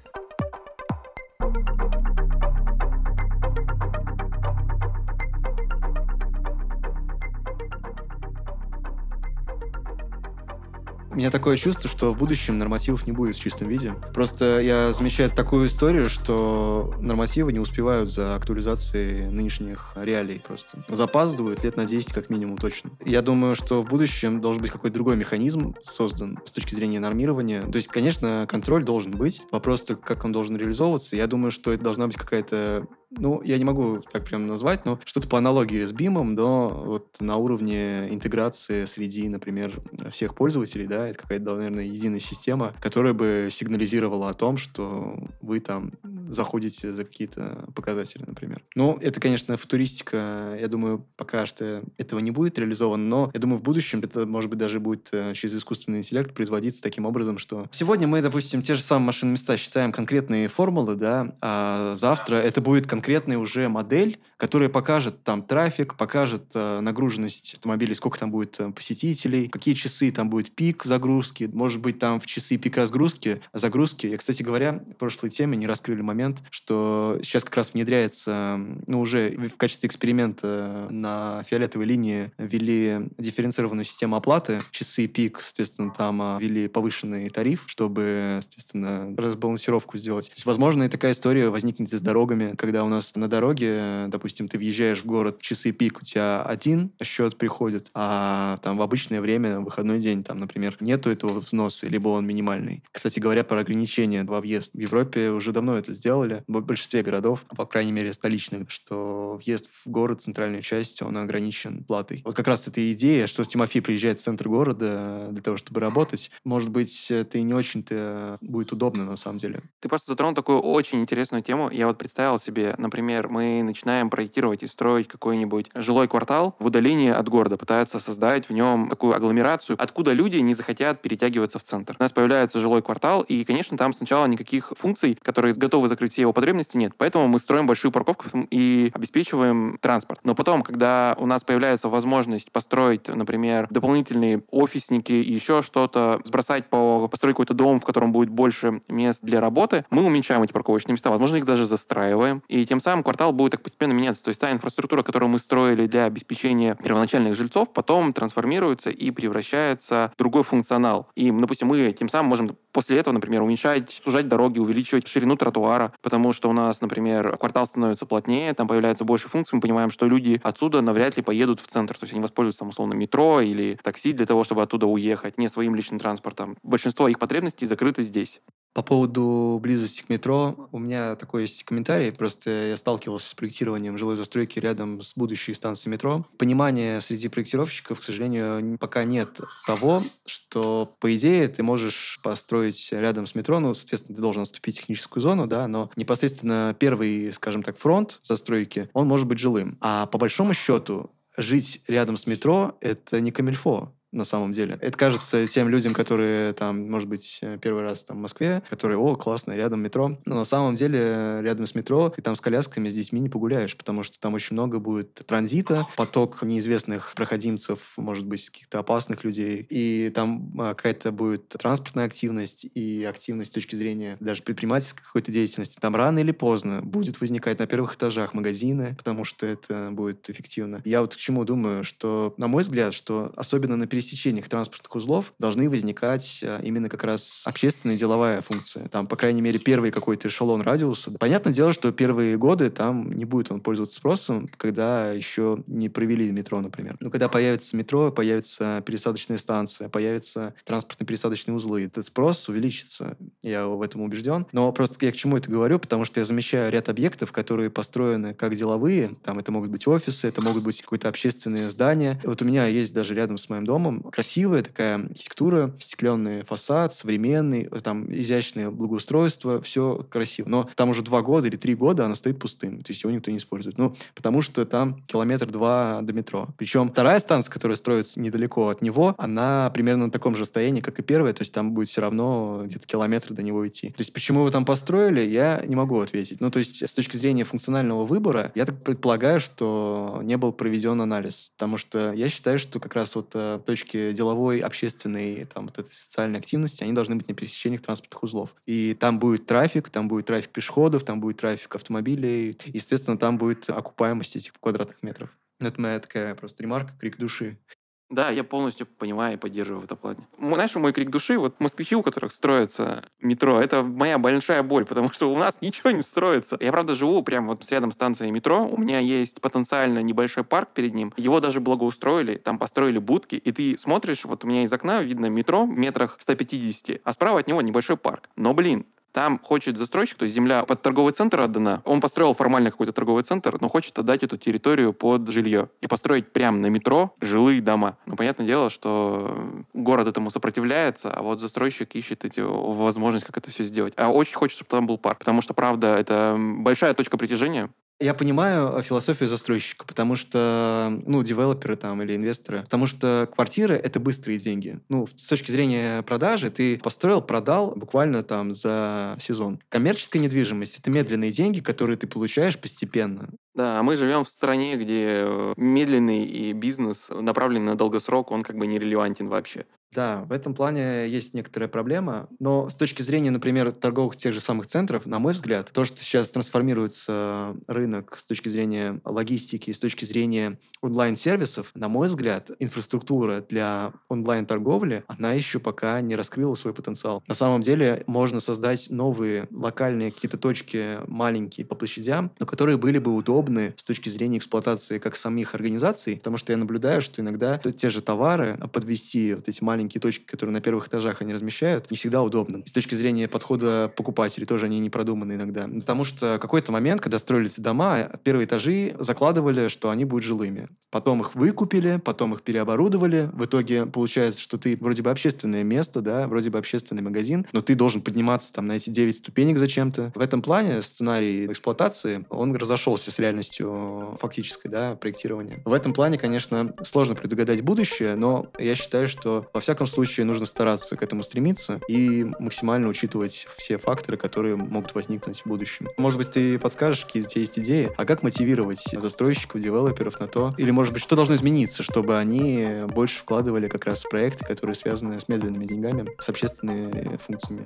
У меня такое чувство, что в будущем нормативов не будет в чистом виде. Просто я замечаю такую историю, что нормативы не успевают за актуализацией нынешних реалий просто. Запаздывают лет на 10 как минимум точно. Я думаю, что в будущем должен быть какой-то другой механизм создан с точки зрения нормирования. То есть, конечно, контроль должен быть. Вопрос только, как он должен реализовываться. Я думаю, что это должна быть какая-то я не могу так прям назвать, но что-то по аналогии с BIM, но вот на уровне интеграции среди, например, всех пользователей, да, это какая-то, наверное, единая система, которая бы сигнализировала о том, что вы там заходите за какие-то показатели, например. Это, конечно, футуристика. Я думаю, пока что этого не будет реализовано, но я думаю, в будущем это, может быть, даже будет через искусственный интеллект производиться таким образом, что сегодня мы, допустим, те же самые машинные места считаем конкретные формулы, да, а завтра это будет конкретная уже модель, которая покажет там трафик, покажет нагруженность автомобилей, сколько там будет посетителей, какие часы там будет пик загрузки, может быть, там в часы пик загрузки. Я, кстати говоря, в прошлой теме не раскрыли момент, что сейчас как раз внедряется, уже в качестве эксперимента на фиолетовой линии ввели дифференцированную систему оплаты. Часы пик, соответственно, там ввели повышенный тариф, чтобы, соответственно, разбалансировку сделать. То есть, возможно, и такая история возникнет и с дорогами, когда у нас на дороге, допустим, ты въезжаешь в город в часы пик, у тебя один счет приходит, а там в обычное время, в выходной день, там, например, нету этого взноса, либо он минимальный. Кстати говоря, про ограничения во въезд. В Европе уже давно это сделали, в большинстве городов, по крайней мере, столичных, что въезд в город, центральную часть, он ограничен платой. Вот как раз эта идея, что Тимофей приезжает в центр города для того, чтобы работать, может быть, это и не очень-то будет удобно, на самом деле. Ты просто затронул такую очень интересную тему. Я вот представил себе, например, мы начинаем проектировать и строить какой-нибудь жилой квартал в удалении от города, пытаются создать в нем такую агломерацию, откуда люди не захотят перетягиваться в центр. У нас появляется жилой квартал, и, конечно, там сначала никаких функций, которые готовы закрыть все его потребности, нет. Поэтому мы строим большую парковку и обеспечиваем транспорт. Но потом, когда у нас появляется возможность построить, например, дополнительные офисники и еще что-то, построить какой-то дом, в котором будет больше мест для работы, мы уменьшаем эти парковочные места. Возможно, их даже застраиваем. И тем самым квартал будет так постепенно меняться. То есть та инфраструктура, которую мы строили для обеспечения первоначальных жильцов, потом трансформируется и превращается в другой функционал. И, допустим, мы тем самым можем после этого, например, сужать дороги, увеличивать ширину тротуара, потому что у нас, например, квартал становится плотнее, там появляется больше функций, мы понимаем, что люди отсюда навряд ли поедут в центр. То есть они воспользуются, там, условно, метро или такси для того, чтобы оттуда уехать, не своим личным транспортом. Большинство их потребностей закрыто здесь. По поводу близости к метро, у меня такой есть комментарий. Просто я сталкивался с проектированием жилой застройки рядом с будущей станцией метро. Понимания среди проектировщиков, к сожалению, пока нет того, что, по идее, ты можешь построить рядом с метро, соответственно, ты должен отступить техническую зону, да, но непосредственно первый, скажем так, фронт застройки, он может быть жилым. А по большому счету, жить рядом с метро – это не камильфо. На самом деле. Это кажется тем людям, которые там, может быть, первый раз там в Москве, которые, классно, рядом метро. Но на самом деле рядом с метро ты там с колясками, с детьми не погуляешь, потому что там очень много будет транзита, поток неизвестных проходимцев, может быть, каких-то опасных людей. И там какая-то будет транспортная активность и активность с точки зрения даже предпринимательской какой-то деятельности. Там рано или поздно будет возникать на первых этажах магазины, потому что это будет эффективно. Я вот к чему думаю, что, на мой взгляд, что особенно на пересечениях транспортных узлов должны возникать именно как раз общественная и деловая функция. Там, по крайней мере, первый какой-то эшелон радиуса. Понятное дело, что первые годы там не будет он пользоваться спросом, когда еще не провели метро, например. Но когда появится метро, появится пересадочная станция, появятся транспортно-пересадочные узлы, этот спрос увеличится. Я в этом убежден. Но просто я к чему это говорю? Потому что я замечаю ряд объектов, которые построены как деловые. Там это могут быть офисы, это могут быть какое-то общественное здание. Вот у меня есть даже рядом с моим домом целом красивая такая архитектура, стекленный фасад, современный, там изящное благоустройство, все красиво. Но там уже 2 года или 3 года она стоит пустым, то есть его никто не использует. Ну, потому что там 1-2 километра до метро. Причем вторая станция, которая строится недалеко от него, она примерно на таком же расстоянии, как и первая, то есть там будет все равно где-то километр до него идти. То есть почему его там построили, я не могу ответить. Ну, то есть с точки зрения функционального выбора, я так предполагаю, что не был проведен анализ, потому что я считаю, что как раз вот точки деловой, общественной, там, вот этой социальной активности, они должны быть на пересечениях транспортных узлов. И там будет трафик пешеходов, там будет трафик автомобилей, и, естественно, там будет окупаемость этих квадратных метров. Это моя такая просто ремарка, крик души. Да, я полностью понимаю и поддерживаю в этом плане. Знаешь, мой крик души, вот москвичи, у которых строится метро, это моя большая боль, потому что у нас ничего не строится. Я, правда, живу прямо вот рядом с станцией метро, у меня есть потенциально небольшой парк перед ним, его даже благоустроили, там построили будки, и ты смотришь, вот у меня из окна видно метро в метрах 150, а справа от него небольшой парк. Но, блин, там хочет застройщик, то есть земля под торговый центр отдана. Он построил формально какой-то торговый центр, но хочет отдать эту территорию под жилье и построить прямо на метро жилые дома. Ну, понятное дело, что город этому сопротивляется, а вот застройщик ищет возможность, как это все сделать. А очень хочется, чтобы там был парк, потому что, правда, это большая точка притяжения. Я понимаю философию застройщика, потому что, девелоперы там или инвесторы, потому что квартиры — это быстрые деньги. С точки зрения продажи ты построил, продал буквально там за сезон. Коммерческая недвижимость — это медленные деньги, которые ты получаешь постепенно. Да, а мы живем в стране, где медленный и бизнес, направленный на долгосрок, он как бы нерелевантен вообще. Да, в этом плане есть некоторая проблема, но с точки зрения, например, торговых тех же самых центров, на мой взгляд, то, что сейчас трансформируется рынок с точки зрения логистики, с точки зрения онлайн-сервисов, на мой взгляд, инфраструктура для онлайн-торговли, она еще пока не раскрыла свой потенциал. На самом деле можно создать новые локальные какие-то точки маленькие по площадям, но которые были бы удобны с точки зрения эксплуатации как самих организаций, потому что я наблюдаю, что иногда те же товары подвести вот эти маленькие точки, которые на первых этажах они размещают, не всегда удобно. С точки зрения подхода покупателей тоже они не продуманы иногда. Потому что в какой-то момент, когда строили эти дома, первые этажи закладывали, что они будут жилыми. Потом их выкупили, потом их переоборудовали. В итоге получается, что ты вроде бы общественное место, да, вроде бы общественный магазин, но ты должен подниматься там на эти 9 ступенек зачем-то. В этом плане сценарий эксплуатации, он разошелся с реальностью фактической, да, проектирования. В этом плане, конечно, сложно предугадать будущее, но я считаю, что во всяком случае нужно стараться к этому стремиться и максимально учитывать все факторы, которые могут возникнуть в будущем. Может быть, ты подскажешь, какие у тебя есть идеи, а как мотивировать застройщиков, девелоперов на то, или, может быть, что должно измениться, чтобы они больше вкладывали как раз в проекты, которые связаны с медленными деньгами, с общественными функциями.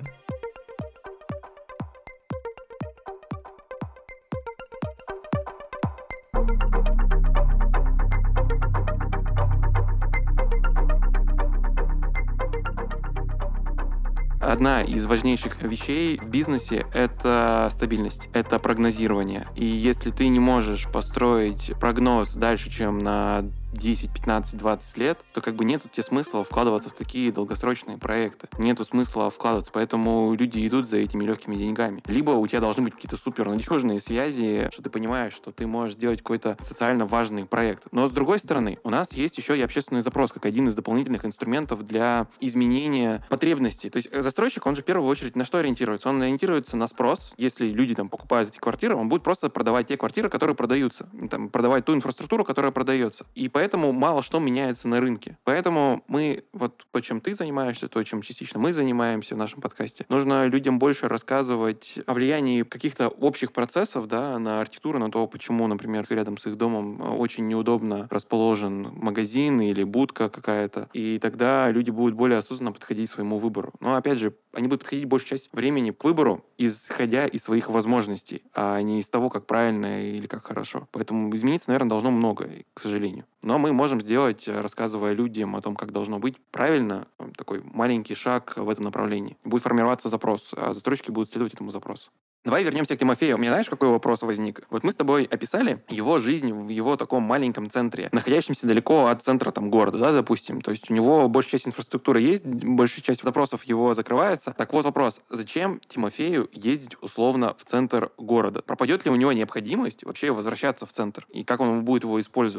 Одна из важнейших вещей в бизнесе — это стабильность, это прогнозирование. И если ты не можешь построить прогноз дальше, чем на 10, 15, 20 лет, то как бы нету тебе смысла вкладываться в такие долгосрочные проекты. Нету смысла вкладываться, поэтому люди идут за этими легкими деньгами. Либо у тебя должны быть какие-то супернадежные связи, что ты понимаешь, что ты можешь сделать какой-то социально важный проект. Но с другой стороны, у нас есть еще и общественный запрос, как один из дополнительных инструментов для изменения потребностей. То есть застройщик, он же в первую очередь на что ориентируется? Он ориентируется на спрос. Если люди там покупают эти квартиры, он будет просто продавать те квартиры, которые продаются. Там, продавать ту инфраструктуру, которая продается. И поэтому мало что меняется на рынке. Поэтому мы, вот то, чем ты занимаешься, то, чем частично мы занимаемся в нашем подкасте, нужно людям больше рассказывать о влиянии каких-то общих процессов, да, на архитектуру, на то, почему, например, рядом с их домом очень неудобно расположен магазин или будка какая-то. И тогда люди будут более осознанно подходить к своему выбору. Но, опять же, они будут подходить большую часть времени к выбору, исходя из своих возможностей, а не из того, как правильно или как хорошо. Поэтому измениться, наверное, должно много, к сожалению. Но мы можем сделать, рассказывая людям о том, как должно быть правильно, такой маленький шаг в этом направлении. Будет формироваться запрос, а застройщики будут следовать этому запросу. Давай вернемся к Тимофею. У меня знаешь, какой вопрос возник? Вот мы с тобой описали его жизнь в его таком маленьком центре, находящемся далеко от центра там, города, да, допустим. То есть у него большая часть инфраструктуры есть, большая часть запросов его закрывается. Так вот вопрос, зачем Тимофею ездить условно в центр города? Пропадет ли у него необходимость вообще возвращаться в центр? И как он будет его использовать?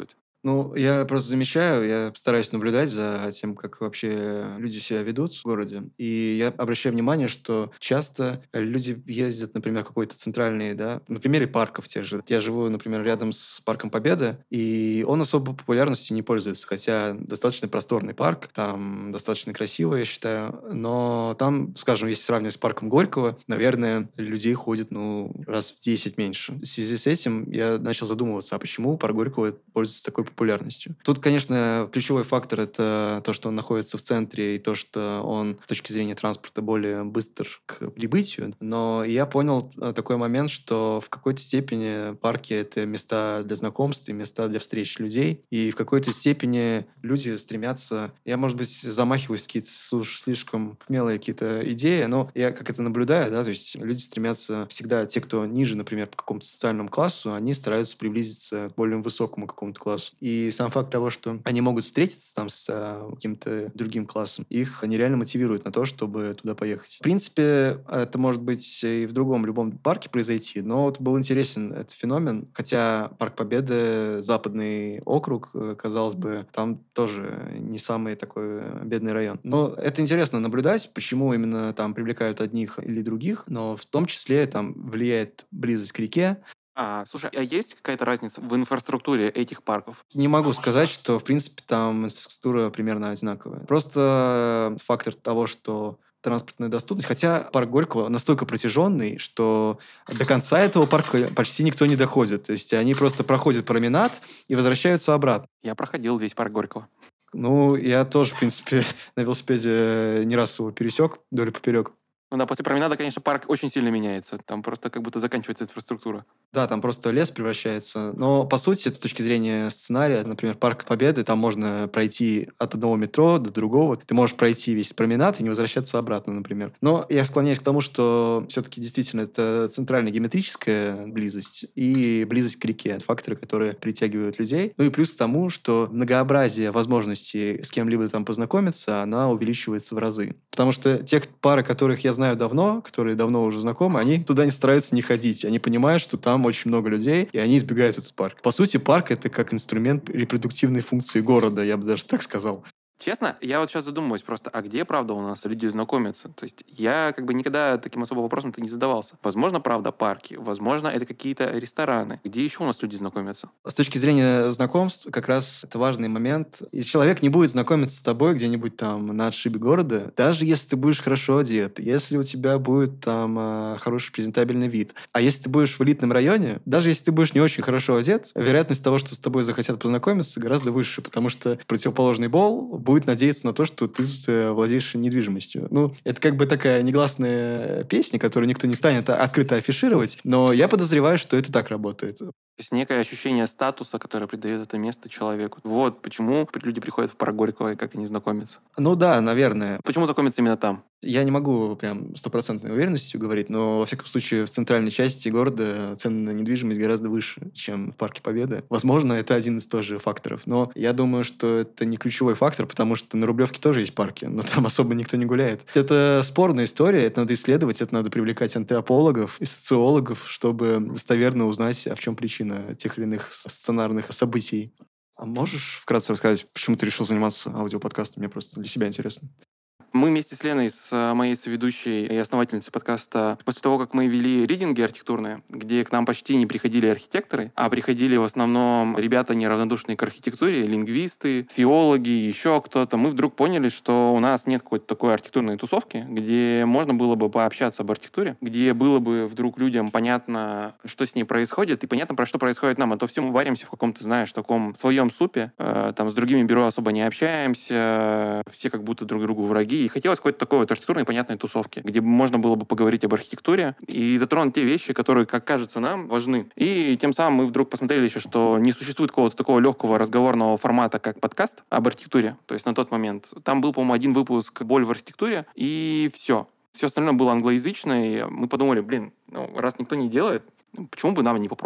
Ну, я просто замечаю, я стараюсь наблюдать за тем, как вообще люди себя ведут в городе. И я обращаю внимание, что часто люди ездят, например, в какой-то центральный, да, на примере парков тех же. Я живу, например, рядом с Парком Победы, и он особо популярностью не пользуется, хотя достаточно просторный парк, там достаточно красиво, я считаю. Но там, скажем, если сравнивать с Парком Горького, наверное, людей ходит, ну, раз в 10 меньше. В связи с этим я начал задумываться, а почему Парк Горького пользуется такой популярностью. Тут, конечно, ключевой фактор — это то, что он находится в центре, и то, что он с точки зрения транспорта более быстр к прибытию. Но я понял такой момент, что в какой-то степени парки — это места для знакомств и места для встреч людей. И в какой-то степени люди стремятся... Я, может быть, замахиваюсь в какие-то слишком смелые какие-то идеи, но я как это наблюдаю, да, то есть люди стремятся всегда, те, кто ниже, например, по какому-то социальному классу, они стараются приблизиться к более высокому какому-то классу. И сам факт того, что они могут встретиться там с каким-то другим классом, их нереально мотивирует на то, чтобы туда поехать. В принципе, это может быть и в другом любом парке произойти, но вот был интересен этот феномен, хотя Парк Победы, западный округ, казалось бы, там тоже не самый такой бедный район. Но это интересно наблюдать, почему именно там привлекают одних или других, но в том числе там влияет близость к реке. Слушай, а есть какая-то разница в инфраструктуре этих парков? Не могу сказать, что, в принципе, там инфраструктура примерно одинаковая. Просто фактор того, что транспортная доступность. Хотя парк Горького настолько протяженный, что до конца этого парка почти никто не доходит. То есть они просто проходят променад и возвращаются обратно. Я проходил весь парк Горького. Ну, я тоже, в принципе, на велосипеде не раз его пересек вдоль и поперек. Ну да, после променада, конечно, парк очень сильно меняется. Там просто как будто заканчивается инфраструктура. Да, там просто лес превращается. Но, по сути, с точки зрения сценария, например, Парк Победы, там можно пройти от одного метро до другого. Ты можешь пройти весь променад и не возвращаться обратно, например. Но я склоняюсь к тому, что все-таки действительно это центральная геометрическая близость и близость к реке. Факторы, которые притягивают людей. Ну и плюс к тому, что многообразие возможностей с кем-либо там познакомиться, она увеличивается в разы. Потому что те пары, которых я знаю давно, которые давно уже знакомы, они туда не стараются не ходить. Они понимают, что там очень много людей, и они избегают этот парк. По сути, парк — это как инструмент репродуктивной функции города, я бы даже так сказал. Честно, я вот сейчас задумываюсь просто, а где, правда, у нас люди знакомятся? То есть я как бы никогда таким особо вопросом-то не задавался. Возможно, правда, парки, возможно, это какие-то рестораны. Где еще у нас люди знакомятся? С точки зрения знакомств, как раз это важный момент. Если человек не будет знакомиться с тобой где-нибудь там на отшибе города, даже если ты будешь хорошо одет, если у тебя будет там хороший презентабельный вид, а если ты будешь в элитном районе, даже если ты будешь не очень хорошо одет, вероятность того, что с тобой захотят познакомиться, гораздо выше, потому что противоположный пол будет надеяться на то, что ты владеешь недвижимостью. Ну, это как бы такая негласная песня, которую никто не станет открыто афишировать, но я подозреваю, что это так работает. То есть некое ощущение статуса, которое придает это место человеку. Вот почему люди приходят в парк Горького и как они знакомятся. Ну да, наверное. Почему знакомятся именно там? Я не могу прям стопроцентной уверенностью говорить, но, во всяком случае, в центральной части города цены на недвижимость гораздо выше, чем в Парке Победы. Возможно, это один из тоже факторов. Но я думаю, что это не ключевой фактор, потому что на Рублевке тоже есть парки, но там особо никто не гуляет. Это спорная история, это надо исследовать, это надо привлекать антропологов и социологов, чтобы достоверно узнать, в чем причина тех или иных сценарных событий. А можешь вкратце рассказать, почему ты решил заниматься аудиоподкастом? Мне просто для себя интересно. Мы вместе с Леной, с моей соведущей и основательницей подкаста, после того, как мы вели ридинги архитектурные, где к нам почти не приходили архитекторы, а приходили в основном ребята, неравнодушные к архитектуре, лингвисты, филологи, еще кто-то, мы вдруг поняли, что у нас нет какой-то такой архитектурной тусовки, где можно было бы пообщаться об архитектуре, где было бы вдруг людям понятно, что с ней происходит, и понятно, про что происходит нам. А то все мы варимся в каком-то, знаешь, таком своем супе, там с другими бюро особо не общаемся, все как будто друг другу враги. И хотелось какой-то такой вот архитектурной понятной тусовки, где можно было бы поговорить об архитектуре и затронуть те вещи, которые, как кажется нам, важны. И тем самым мы вдруг посмотрели еще, что не существует какого-то такого легкого разговорного формата, как подкаст об архитектуре. То есть на тот момент. Там был, по-моему, один выпуск «Боль в архитектуре», и все. Все остальное было англоязычное, и мы подумали, раз никто не делает, почему бы нам не попробовать?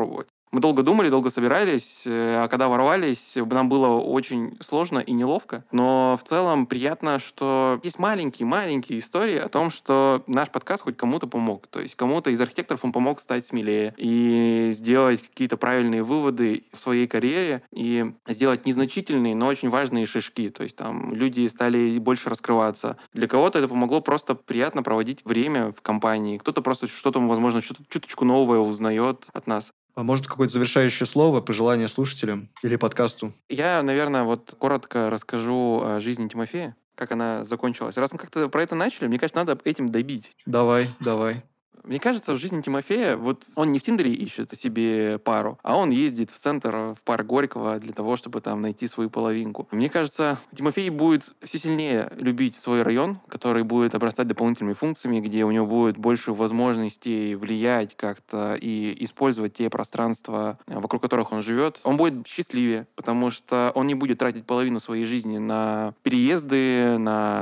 Мы долго думали, долго собирались, а когда ворвались, нам было очень сложно и неловко. Но в целом приятно, что есть маленькие истории о том, что наш подкаст хоть кому-то помог. То есть кому-то из архитекторов он помог стать смелее и сделать какие-то правильные выводы в своей карьере и сделать незначительные, но очень важные шажки. То есть там люди стали больше раскрываться. Для кого-то это помогло просто приятно проводить время в компании. Кто-то просто что-то, возможно, чуточку новое узнает от нас. А может, какое-то завершающее слово, пожелание слушателям или подкасту? Я, наверное, вот коротко расскажу о жизни Тимофея, как она закончилась. Раз мы как-то про это начали, мне кажется, надо этим добить. Давай. Мне кажется, в жизни Тимофея, вот он не в Тиндере ищет себе пару, а он ездит в центр, в парк Горького для того, чтобы там найти свою половинку. Мне кажется, Тимофей будет все сильнее любить свой район, который будет обрастать дополнительными функциями, где у него будет больше возможностей влиять как-то и использовать те пространства, вокруг которых он живет. Он будет счастливее, потому что он не будет тратить половину своей жизни на переезды,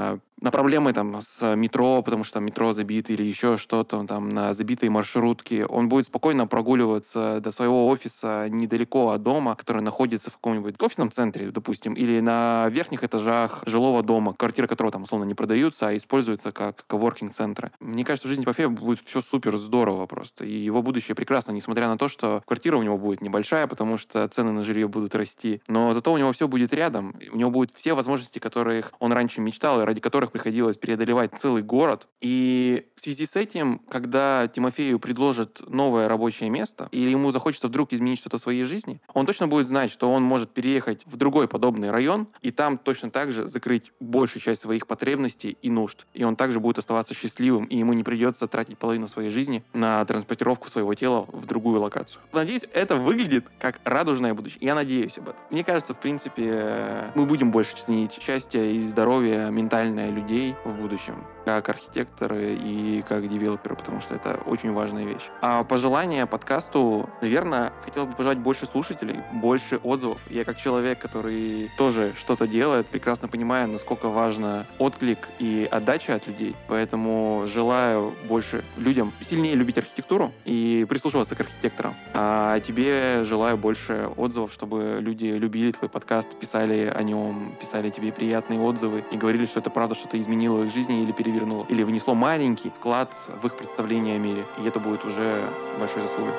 на проблемы там с метро, потому что там метро забито или еще что-то, там на забитые маршрутки. Он будет спокойно прогуливаться до своего офиса недалеко от дома, который находится в каком-нибудь офисном центре, допустим, или на верхних этажах жилого дома, квартиры которого там условно не продаются, а используются как коворкинг-центры. Мне кажется, в жизни Тимофея будет все супер здорово просто. И его будущее прекрасно, несмотря на то, что квартира у него будет небольшая, потому что цены на жилье будут расти. Но зато у него все будет рядом. У него будут все возможности, которых он раньше мечтал, и ради которых приходилось преодолевать целый город. И в связи с этим, когда Тимофею предложат новое рабочее место, или ему захочется вдруг изменить что-то в своей жизни, он точно будет знать, что он может переехать в другой подобный район, и там точно так же закрыть большую часть своих потребностей и нужд. И он также будет оставаться счастливым, и ему не придется тратить половину своей жизни на транспортировку своего тела в другую локацию. Надеюсь, это выглядит как радужное будущее. Я надеюсь об этом. Мне кажется, в принципе, мы будем больше ценить счастье и здоровье ментальное людей в будущем, как архитекторы и как девелоперы, потому что это очень важная вещь. А пожелание подкасту, наверное, хотел бы пожелать больше слушателей, больше отзывов. Я как человек, который тоже что-то делает, прекрасно понимаю, насколько важно отклик и отдача от людей. Поэтому желаю больше людям сильнее любить архитектуру и прислушиваться к архитекторам. А тебе желаю больше отзывов, чтобы люди любили твой подкаст, писали о нем, писали тебе приятные отзывы и говорили, что это правда что-то изменило в их жизни или перевернуло, или внесло маленький вклад в их представление о мире. И это будет уже большой заслугой.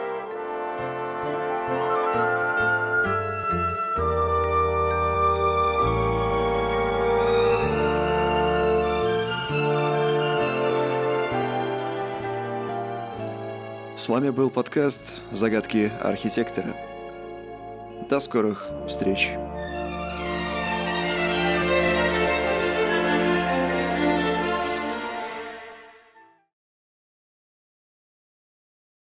С вами был подкаст «Загадки архитектора». До скорых встреч!